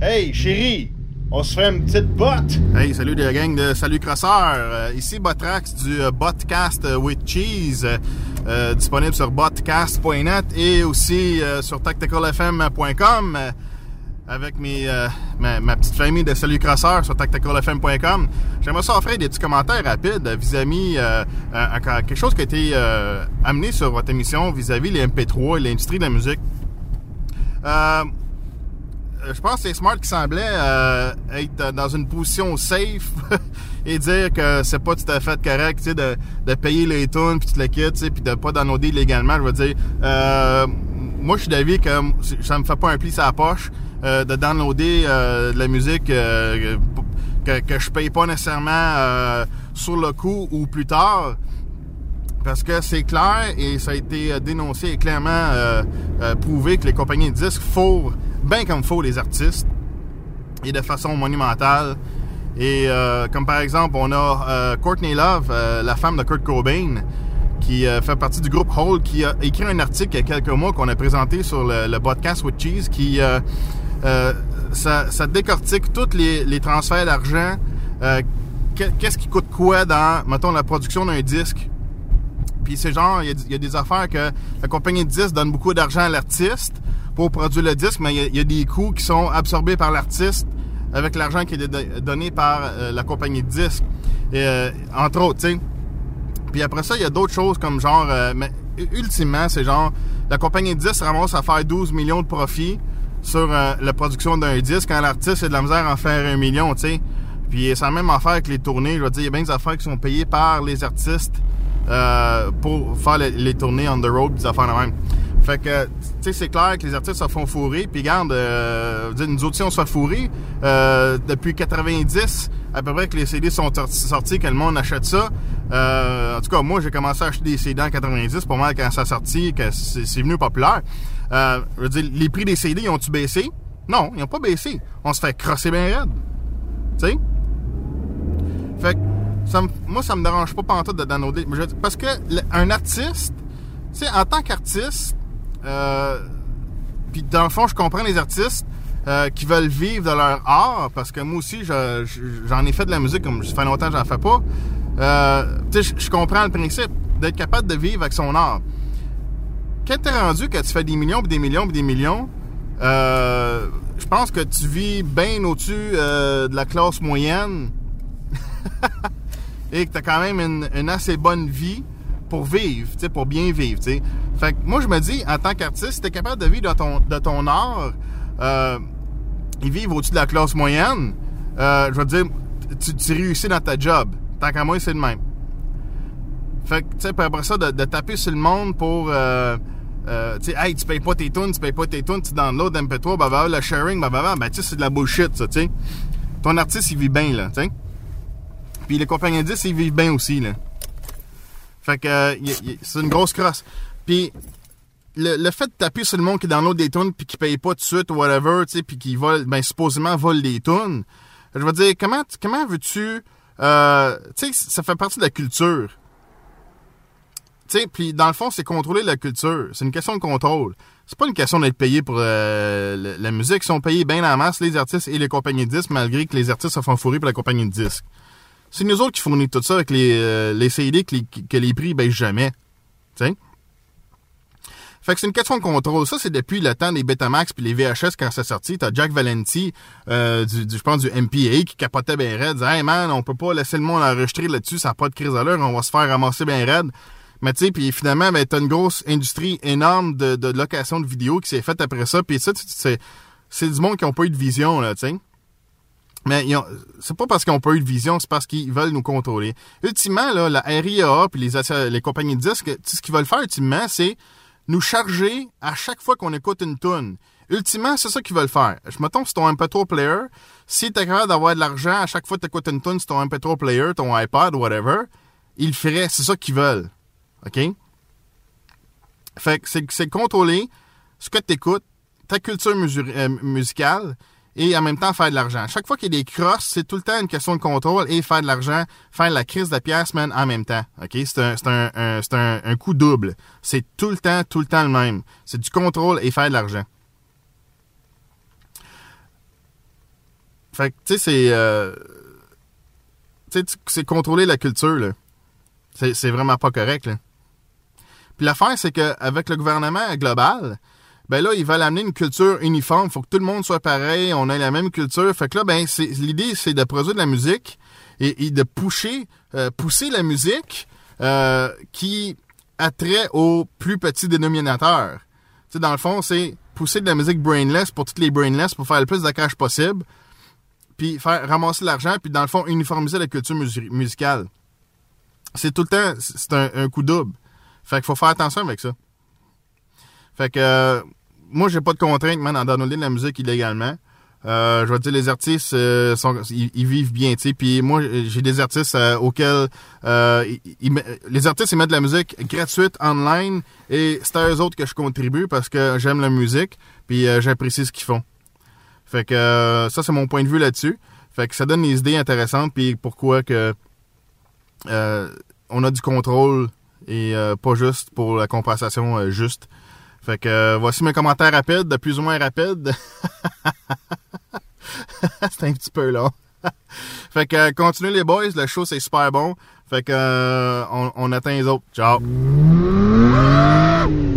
Hey, chérie, on se fait une petite botte? Hey, salut de la gang de Salut Crosseur. Ici Botrax du Botcast with Cheese, disponible sur botcast.net et aussi sur tacticalfm.com avec ma petite famille de Salut Crosseur sur tacticalfm.com. J'aimerais ça offrir des petits commentaires rapides vis-à-vis quelque chose qui a été amené sur votre émission vis-à-vis les MP3 et l'industrie de la musique. Je pense que c'est Smart qui semblait être dans une position safe et dire que c'est pas tout à fait correct, tu sais, de payer les tunes puis tout le kit, tu sais, puis de pas downloader légalement. Je veux dire, moi je suis d'avis que ça me fait pas un pli sur la poche de downloader de la musique que je paye pas nécessairement sur le coup ou plus tard. Parce que c'est clair et ça a été dénoncé et clairement prouvé que les compagnies de disques fourrent bien comme faut les artistes et de façon monumentale. Et comme par exemple, on a Courtney Love, la femme de Kurt Cobain, qui fait partie du groupe Hole, qui a écrit un article il y a quelques mois qu'on a présenté sur le Podcast with Cheese, qui ça décortique tous les transferts d'argent. Qu'est-ce qui coûte quoi dans, mettons, la production d'un disque. Puis c'est genre, il y a des affaires que la compagnie de disques donne beaucoup d'argent à l'artiste pour produire le disque, mais il y a des coûts qui sont absorbés par l'artiste avec l'argent qui est donné par la compagnie de disques. Entre autres, tu sais. Puis après ça, il y a d'autres choses comme genre, mais ultimement, c'est genre, la compagnie de disques ramasse à faire 12 millions de profits sur la production d'un disque quand l'artiste a de la misère à en faire 1 million, tu sais. Puis c'est la même affaire avec les tournées. Je veux dire, il y a bien des affaires qui sont payées par les artistes pour faire les tournées on the road, des affaires de même. Fait que, tu sais, c'est clair que les artistes se font fourrer. Puis regarde, nous autres, si on se fait fourrer, depuis 90, à peu près que les CD sont sortis, que le monde achète ça. En tout cas, moi, j'ai commencé à acheter des CD en 90, pas mal quand ça a sorti, que c'est venu populaire. Je veux dire, les prix des CD, ils ont-tu baissé? Non, ils n'ont pas baissé. On se fait crosser bien raide. Tu sais? Fait que, moi, ça me dérange pas pantoute de downloader. Parce que un artiste, tu sais, en tant qu'artiste, puis dans le fond, je comprends les artistes qui veulent vivre de leur art, parce que moi aussi, j'en ai fait de la musique, comme ça fait longtemps que j'en fais pas. Tu sais, je comprends le principe d'être capable de vivre avec son art. Quand t'es rendu que tu fais des millions, puis des millions, puis des millions, je pense que tu vis bien au-dessus de la classe moyenne et que t'as quand même une assez bonne vie pour vivre, tu sais, pour bien vivre, tu sais. Fait que moi, je me dis, en tant qu'artiste, si t'es capable de vivre de ton art et vivre au-dessus de la classe moyenne, je veux dire, tu réussis dans ta job. Tant qu'à moi, c'est le même. Fait que, tu sais, après ça, de taper sur le monde pour, tu sais, hey, tu payes pas tes tunes, tu downloads MP3, bah, le sharing, bah, ben, tu sais, c'est de la bullshit, ça, tu sais. Ton artiste, il vit bien, là, tu sais. Puis les compagnies de disques, ils vivent bien aussi, là. Fait que c'est une grosse crosse. Puis le fait de taper sur le monde qui download des tunes puis qui paye pas tout de suite ou whatever, tu sais, puis qui vole, ben supposément vole des tunes. Je veux dire, comment veux-tu, tu sais, ça fait partie de la culture. Tu sais, puis dans le fond, c'est contrôler la culture. C'est une question de contrôle. C'est pas une question d'être payé pour la musique. Ils sont payés bien en masse, les artistes et les compagnies de disques, malgré que les artistes se font fourrer pour la compagnie de disques. C'est nous autres qui fournissent tout ça avec les CD que les prix baissent jamais. Tu sais? Fait que c'est une question de contrôle. Ça, c'est depuis le temps des Betamax puis les VHS quand c'est sorti. T'as Jack Valenti, je pense du MPA, qui capotait bien raide. Disait, hey man, on peut pas laisser le monde enregistrer là-dessus, ça n'a pas de crise à l'heure, on va se faire ramasser bien raide. Mais tu sais, puis finalement, ben, t'as une grosse industrie énorme de location de vidéos qui s'est faite après ça. Puis ça, c'est du monde qui n'a pas eu de vision, là, tu sais. Mais c'est pas parce qu'ils n'ont pas eu de vision, c'est parce qu'ils veulent nous contrôler. Ultimement, là, la RIAA puis les compagnies de disques, ce qu'ils veulent faire ultimement, c'est nous charger à chaque fois qu'on écoute une tune. Ultimement, c'est ça qu'ils veulent faire. Je mettons sur ton MP3 player, si t'es capable d'avoir de l'argent à chaque fois que t'écoutes une tune sur ton MP3 player, ton iPad, whatever, ils le feraient. C'est ça qu'ils veulent. OK? Fait que c'est contrôler ce que t'écoutes, ta culture musicale, et en même temps faire de l'argent. Chaque fois qu'il y a des crosses, c'est tout le temps une question de contrôle et faire de l'argent, faire la crise de la pièce, man, en même temps. OK? C'est un coup double. C'est tout le temps le même. C'est du contrôle et faire de l'argent. Fait que, tu sais, c'est contrôler la culture, là. C'est vraiment pas correct, là. Puis l'affaire, c'est qu'avec le gouvernement global, ben là, ils veulent amener une culture uniforme. Faut que tout le monde soit pareil, on ait la même culture. Fait que là, ben, l'idée, c'est de produire de la musique et de pousser la musique qui a trait au plus petit dénominateur. Tu sais, dans le fond, c'est pousser de la musique brainless pour toutes les brainless pour faire le plus de cash possible, puis faire ramasser l'argent, puis dans le fond, uniformiser la culture musicale. C'est tout le temps, c'est un coup double. Fait qu'il faut faire attention avec ça. Fait que moi, j'ai pas de contrainte, man, en downloader de la musique illégalement. Je vais te dire, les artistes, ils vivent bien, tu sais. Puis moi, j'ai des artistes auxquels les artistes, ils mettent de la musique gratuite online et c'est à eux autres que je contribue parce que j'aime la musique puis j'apprécie ce qu'ils font. Fait que ça, c'est mon point de vue là-dessus. Fait que ça donne des idées intéressantes puis pourquoi que on a du contrôle et pas juste pour la compensation juste. Fait que voici mes commentaires rapides, de plus ou moins rapides. C'est un petit peu long. Fait que continuez les boys, le show c'est super bon. Fait que on atteint les autres. Ciao.